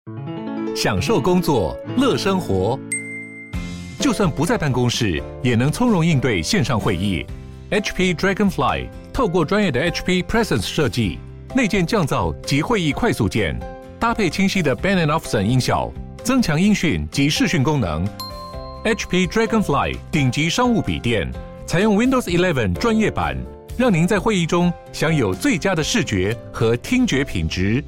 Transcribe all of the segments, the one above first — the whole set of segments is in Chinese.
享受工作，乐生活。就算不在办公室，也能从容应对线上会议。HP Dragonfly 透过专业的 HP Presence 设计，内建降噪及会议快速键，搭配清晰的 Bang & Olufsen 音效，增强音讯及视讯功能。HP Dragonfly 顶级商务笔电，采用 Windows 11专业版，让您在会议中享有最佳的视觉和听觉品质。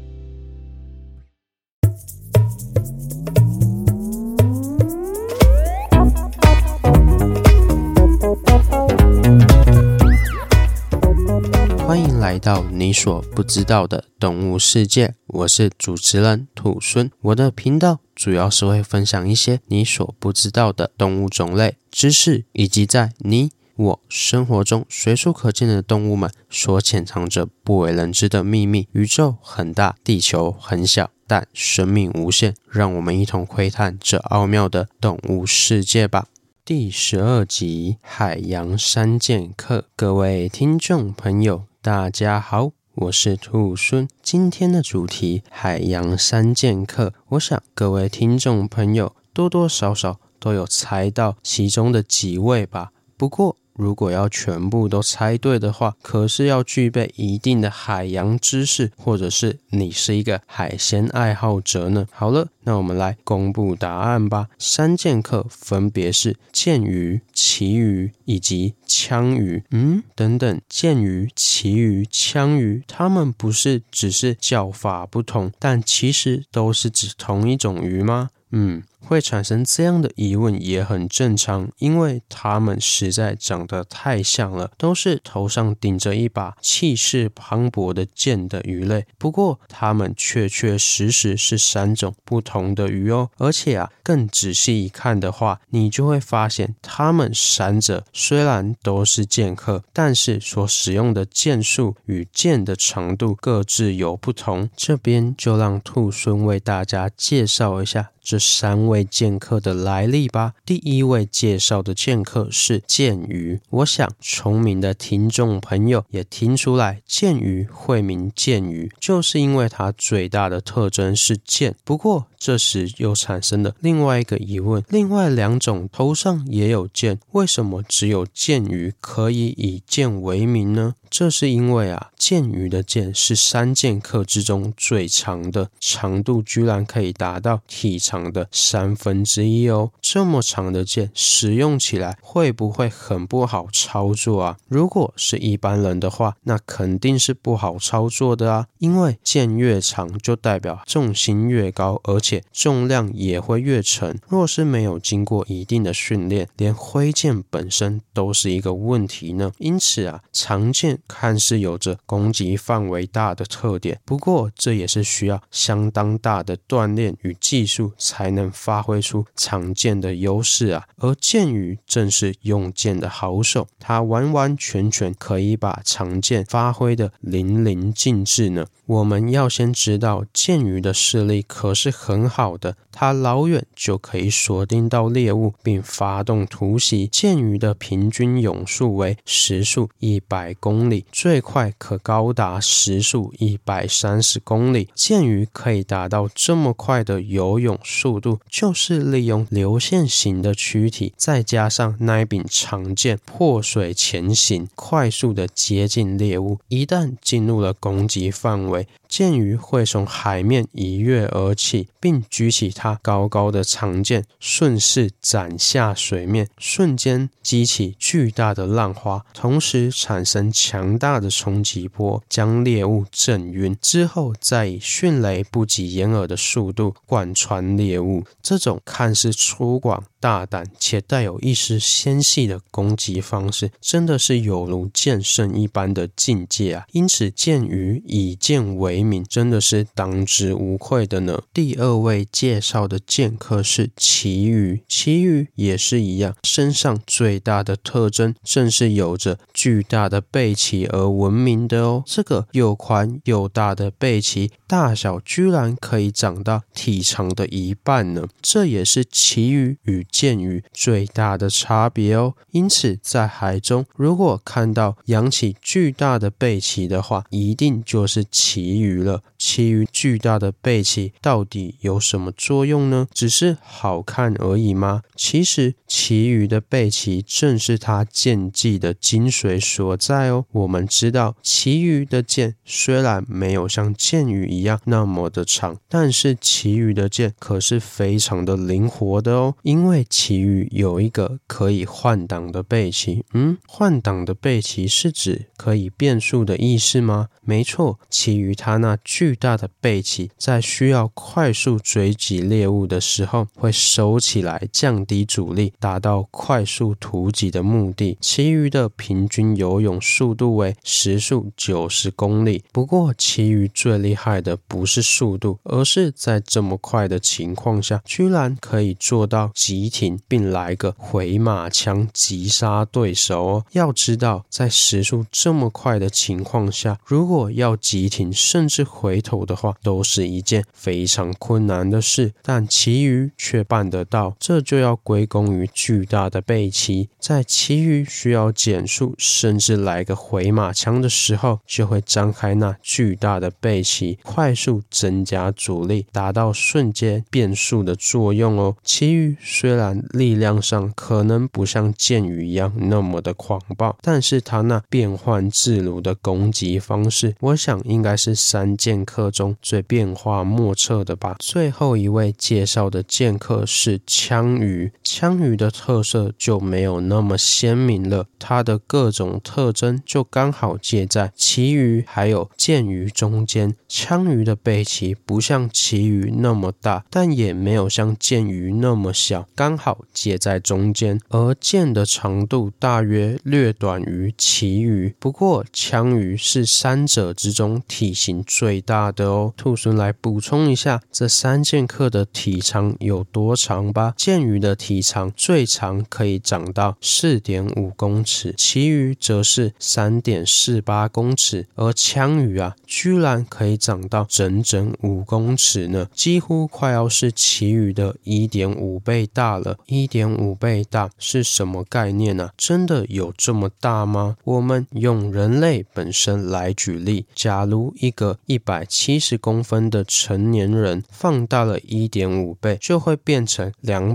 欢迎来到你所不知道的动物世界，我是主持人土孙。我的频道主要是会分享一些你所不知道的动物种类、知识，以及在你我生活中随处可见的动物们所潜藏着不为人知的秘密。宇宙很大，地球很小，但生命无限，让我们一同窥探这奥妙的动物世界吧。第12集海洋三剑客，各位听众朋友大家好，我是兔孙。今天的主题海洋三剑客，我想各位听众朋友多多少少都有猜到其中的几位吧。不过如果要全部都猜对的话，可是要具备一定的海洋知识，或者是你是一个海鲜爱好者呢。好了，那我们来公布答案吧。三剑客分别是剑鱼、旗鱼以及枪鱼。等等，剑鱼、旗鱼、枪鱼，它们不是只是叫法不同，但其实都是指同一种鱼吗？会产生这样的疑问也很正常，因为它们实在长得太像了，都是头上顶着一把气势磅礴的剑的鱼类。不过它们确确实实是3种不同的鱼哦，而且更仔细一看的话，你就会发现它们3者虽然都是剑客，但是所使用的剑术与剑的长度各自有不同。这边就让兔孙为大家介绍一下这3位剑客的来历吧。第一位介绍的剑客是剑鱼。我想聪明的听众朋友也听出来，剑鱼会名剑鱼，就是因为它最大的特征是剑。不过这时又产生了另外一个疑问，另外2种头上也有剑，为什么只有剑鱼可以以剑为名呢？这是因为剑鱼的剑是3剑客之中最长的，长度居然可以达到体长的1/3哦。这么长的剑使用起来会不会很不好操作啊？如果是一般人的话，那肯定是不好操作的啊，因为剑越长就代表重心越高，而且重量也会越沉。若是没有经过一定的训练，连挥剑本身都是一个问题呢。因此长剑看似有着攻击范围大的特点，不过这也是需要相当大的锻炼与技术才能发挥出长剑的优势而剑鱼正是用剑的好手，它完完全全可以把长剑发挥的淋漓尽致呢。我们要先知道剑鱼的视力可是很好的，它老远就可以锁定到猎物并发动突袭。剑鱼的平均泳速为时速100公里，最快可高达时速130公里。剑鱼可以达到这么快的游泳速度，就是利用流线型的躯体，再加上那一柄长剑破水前行，快速的接近猎物。一旦进入了攻击范围，剑鱼会从海面一跃而起，并举起它高高的长剑，顺势斩下水面，瞬间激起巨大的浪花，同时产生强大的冲击波，将猎物震晕，之后再以迅雷不及掩耳的速度贯穿猎物。这种看似粗犷大胆且带有一丝纤细的攻击方式，真的是有如剑圣一般的境界因此剑鱼以剑为名，真的是当之无愧的呢。第2位介绍的剑客是旗鱼。旗鱼也是一样，身上最大的特征正是有着巨大的背鳍而闻名的哦。这个又宽又大的背鳍，大小居然可以长到体长的1半呢，这也是旗鱼与剑鱼最大的差别哦。因此在海中如果看到扬起巨大的背鳍的话，一定就是旗鱼鱼了。其余巨大的背鳍到底有什么作用呢？只是好看而已吗？其实旗鱼的背鳍正是它剑技的精髓所在哦。我们知道旗鱼的剑虽然没有像剑鱼一样那么的长，但是旗鱼的剑可是非常的灵活的哦。因为旗鱼有一个可以换挡的背鳍。换挡的背鳍是指可以变速的意思吗？没错，旗鱼它那巨大的背鳍在需要快速追击猎物的时候会收起来，降低阻力，达到快速突击的目的。旗鱼的平均游泳速度为时速90公里。不过旗鱼最厉害的不是速度，而是在这么快的情况下居然可以做到急停并来个回马枪击杀对手哦。要知道在时速这么快的情况下，如果要急停甚至回头的话，都是一件非常困难的事，但旗鱼却办得到，这就要归功于巨大的背鳍。在旗鱼需要减速甚至来个回马枪的时候，就会张开那巨大的背鳍，快速增加阻力，达到瞬间变速的作用哦。旗鱼虽然力量上可能不像剑鱼一样那么的狂暴，但是它那变幻自如的攻击方式，我想应该是3剑客中最变化莫测的吧。最后一位介绍的剑客是枪鱼。枪鱼的特色就没有那么鲜明了，它的各种特征就刚好介在旗鱼还有剑鱼中间。枪鱼的背鳍不像旗鱼那么大，但也没有像剑鱼那么小，刚好介在中间。而剑的长度大约略短于旗鱼，不过枪鱼是3者之中体型最大的哦。兔孙来补充一下这3剑客的体长有多长吧。剑鱼的体长最长可以长到 4.5 公尺，旗鱼则是 3.48 公尺，而枪鱼居然可以长到整整5公尺呢，几乎快要是旗鱼的 1.5 倍大了。1.5 倍大是什么概念啊？真的有这么大吗？我们用人类本身来举例，假如一个170公分的成年人放大了 1.5 倍，就会变成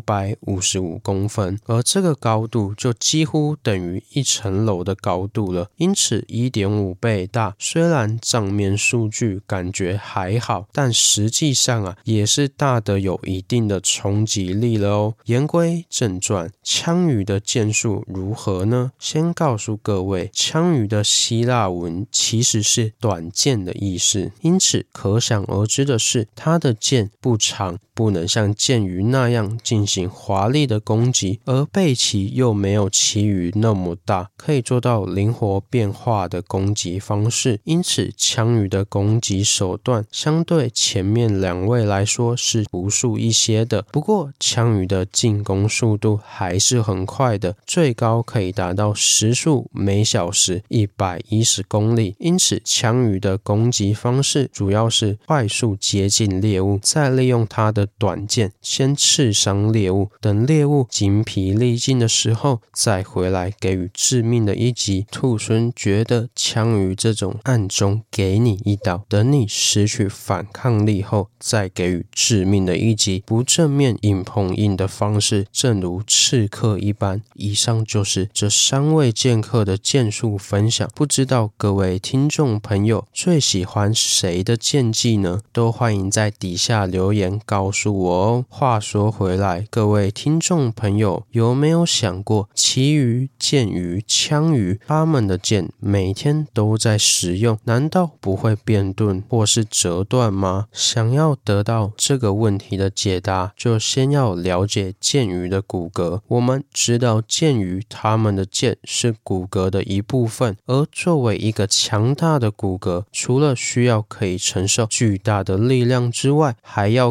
255公分，而这个高度就几乎等于1层楼的高度了。因此 1.5 倍大虽然账面数据感觉还好，但实际上也是大的有一定的冲击力了哦。言归正传，枪鱼的剑术如何呢？先告诉各位，枪鱼的希腊文其实是短剑的意思，因此可想而知的是，它的剑不长，不能像剑鱼那样进行华丽的攻击，而背鳍又没有旗鱼那么大，可以做到灵活变化的攻击方式。因此枪鱼的攻击手段相对前面2位来说是不速一些的。不过枪鱼的进攻速度还是很快的，最高可以达到时速每小时110公里。因此枪鱼的攻击方式主要是快速接近猎物，再利用它的短剑先刺伤猎物，等猎物精疲力尽的时候再回来给予致命的一击。兔孙觉得枪鱼这种暗中给你一刀，等你失去反抗力后再给予致命的一击，不正面硬碰硬的方式正如刺客一般。以上就是这3位剑客的剑术分享，不知道各位听众朋友最喜欢谁的剑技呢？都欢迎在底下留言告诉我哦。话说回来，各位听众朋友有没有想过，旗鱼、剑鱼、枪鱼他们的剑每天都在使用，难道不会变钝或是折断吗？想要得到这个问题的解答，就先要了解剑鱼的骨骼。我们知道剑鱼它们的剑是骨骼的一部分，而作为一个强大的骨骼，除了需要可以承受巨大的力量之外，还要可以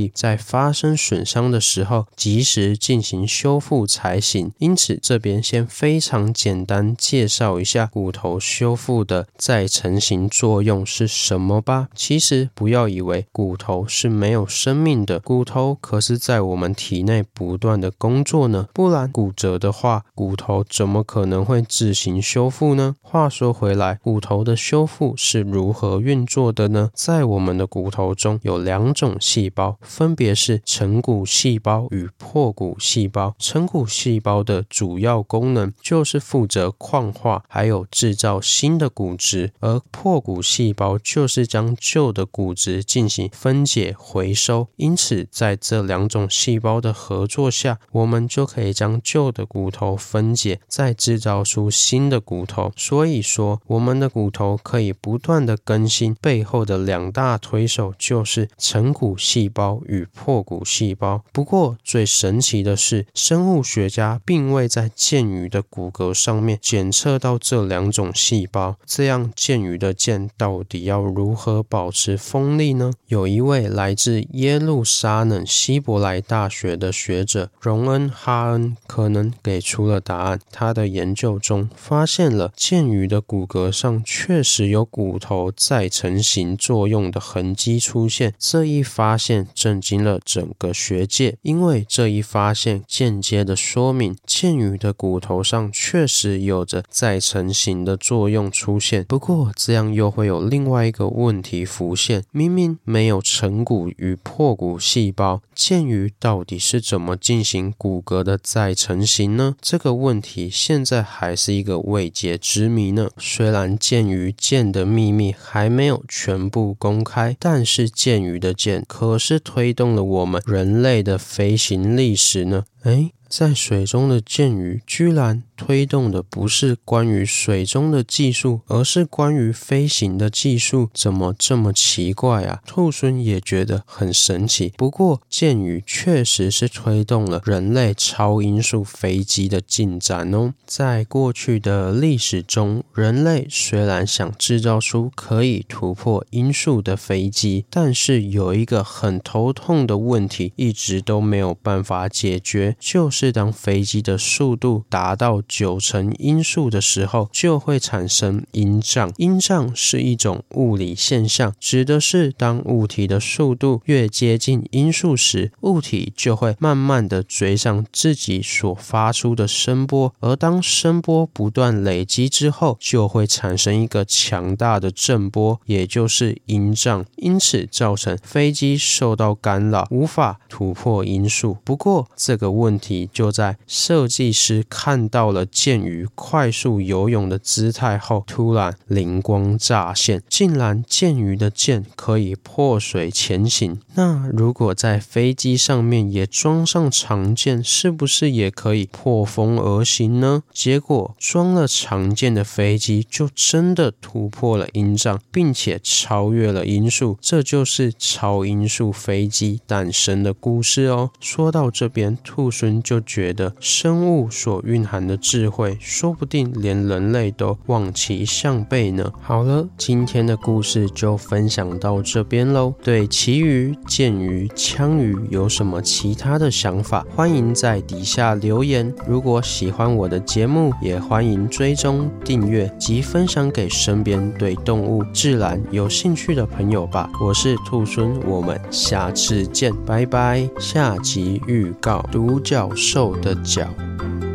以在发生损伤的时候及时进行修复才行。因此这边先非常简单介绍一下骨头修复的再成型作用是什么吧。其实不要以为骨头是没有生命的，骨头可是在我们体内不断的工作呢，不然骨折的话，骨头怎么可能会自行修复呢？话说回来，骨头的修复是如何运作的呢？在我们的骨头中有2种细胞，分别是成骨细胞与破骨细胞。成骨细胞的主要功能就是负责矿化还有制造新的骨质，而破骨细胞就是将旧的骨质进行分解回收。因此在这2种细胞的合作下，我们就可以将旧的骨头分解，再制造出新的骨头。所以说我们的骨头可以不断的更新，背后的2大推手就是成骨细胞与破骨细胞。不过最神奇的是，生物学家并未在剑鱼的骨骼上面检测到这2种细胞，这样剑鱼的剑到底要如何保持锋利呢？有一位来自耶路撒冷希伯来大学的学者荣恩·哈恩可能给出了答案。他的研究中发现了剑鱼的骨骼上确实有骨头再成型作用的痕迹出现。这一发现震惊了整个学界，因为这一发现间接的说明剑鱼的骨头上确实有着再成型的作用出现。不过这样又会有另外一个问题浮现，明明没有成骨与破骨细胞，剑鱼到底是怎么进行骨骼的再成型呢？这个问题现在还是一个未解之谜呢。虽然剑鱼剑的秘密还没有全部公开，但是剑鱼的剑可是推动了我们人类的飞行历史呢。在水中的剑鱼居然推动的不是关于水中的技术，而是关于飞行的技术，怎么这么奇怪啊？兔孙也觉得很神奇。不过剑鱼确实是推动了人类超音速飞机的进展哦。在过去的历史中，人类虽然想制造出可以突破音速的飞机，但是有一个很头痛的问题一直都没有办法解决，就是当飞机的速度达到90%音速的时候，就会产生音障。音障是一种物理现象，指的是当物体的速度越接近音速时，物体就会慢慢的追上自己所发出的声波，而当声波不断累积之后，就会产生一个强大的震波，也就是音障，因此造成飞机受到干扰，无法突破音速。不过这个问题就在设计师看到了剑鱼快速游泳的姿态后，突然灵光乍现，竟然剑鱼的剑可以破水前行。那如果在飞机上面也装上长剑，是不是也可以破风而行呢？结果装了长剑的飞机就真的突破了音障，并且超越了音速，这就是超音速飞机诞生的故事哦。说到这边，兔孙就觉得生物所蕴含的智慧，说不定连人类都望其项背呢。好了，今天的故事就分享到这边咯。对旗鱼、剑鱼、枪鱼有什么其他的想法，欢迎在底下留言。如果喜欢我的节目，也欢迎追踪、订阅及分享给身边对动物、自然有兴趣的朋友吧。我是兔孙，我们下次见，拜拜。下集预告：独角兽的角。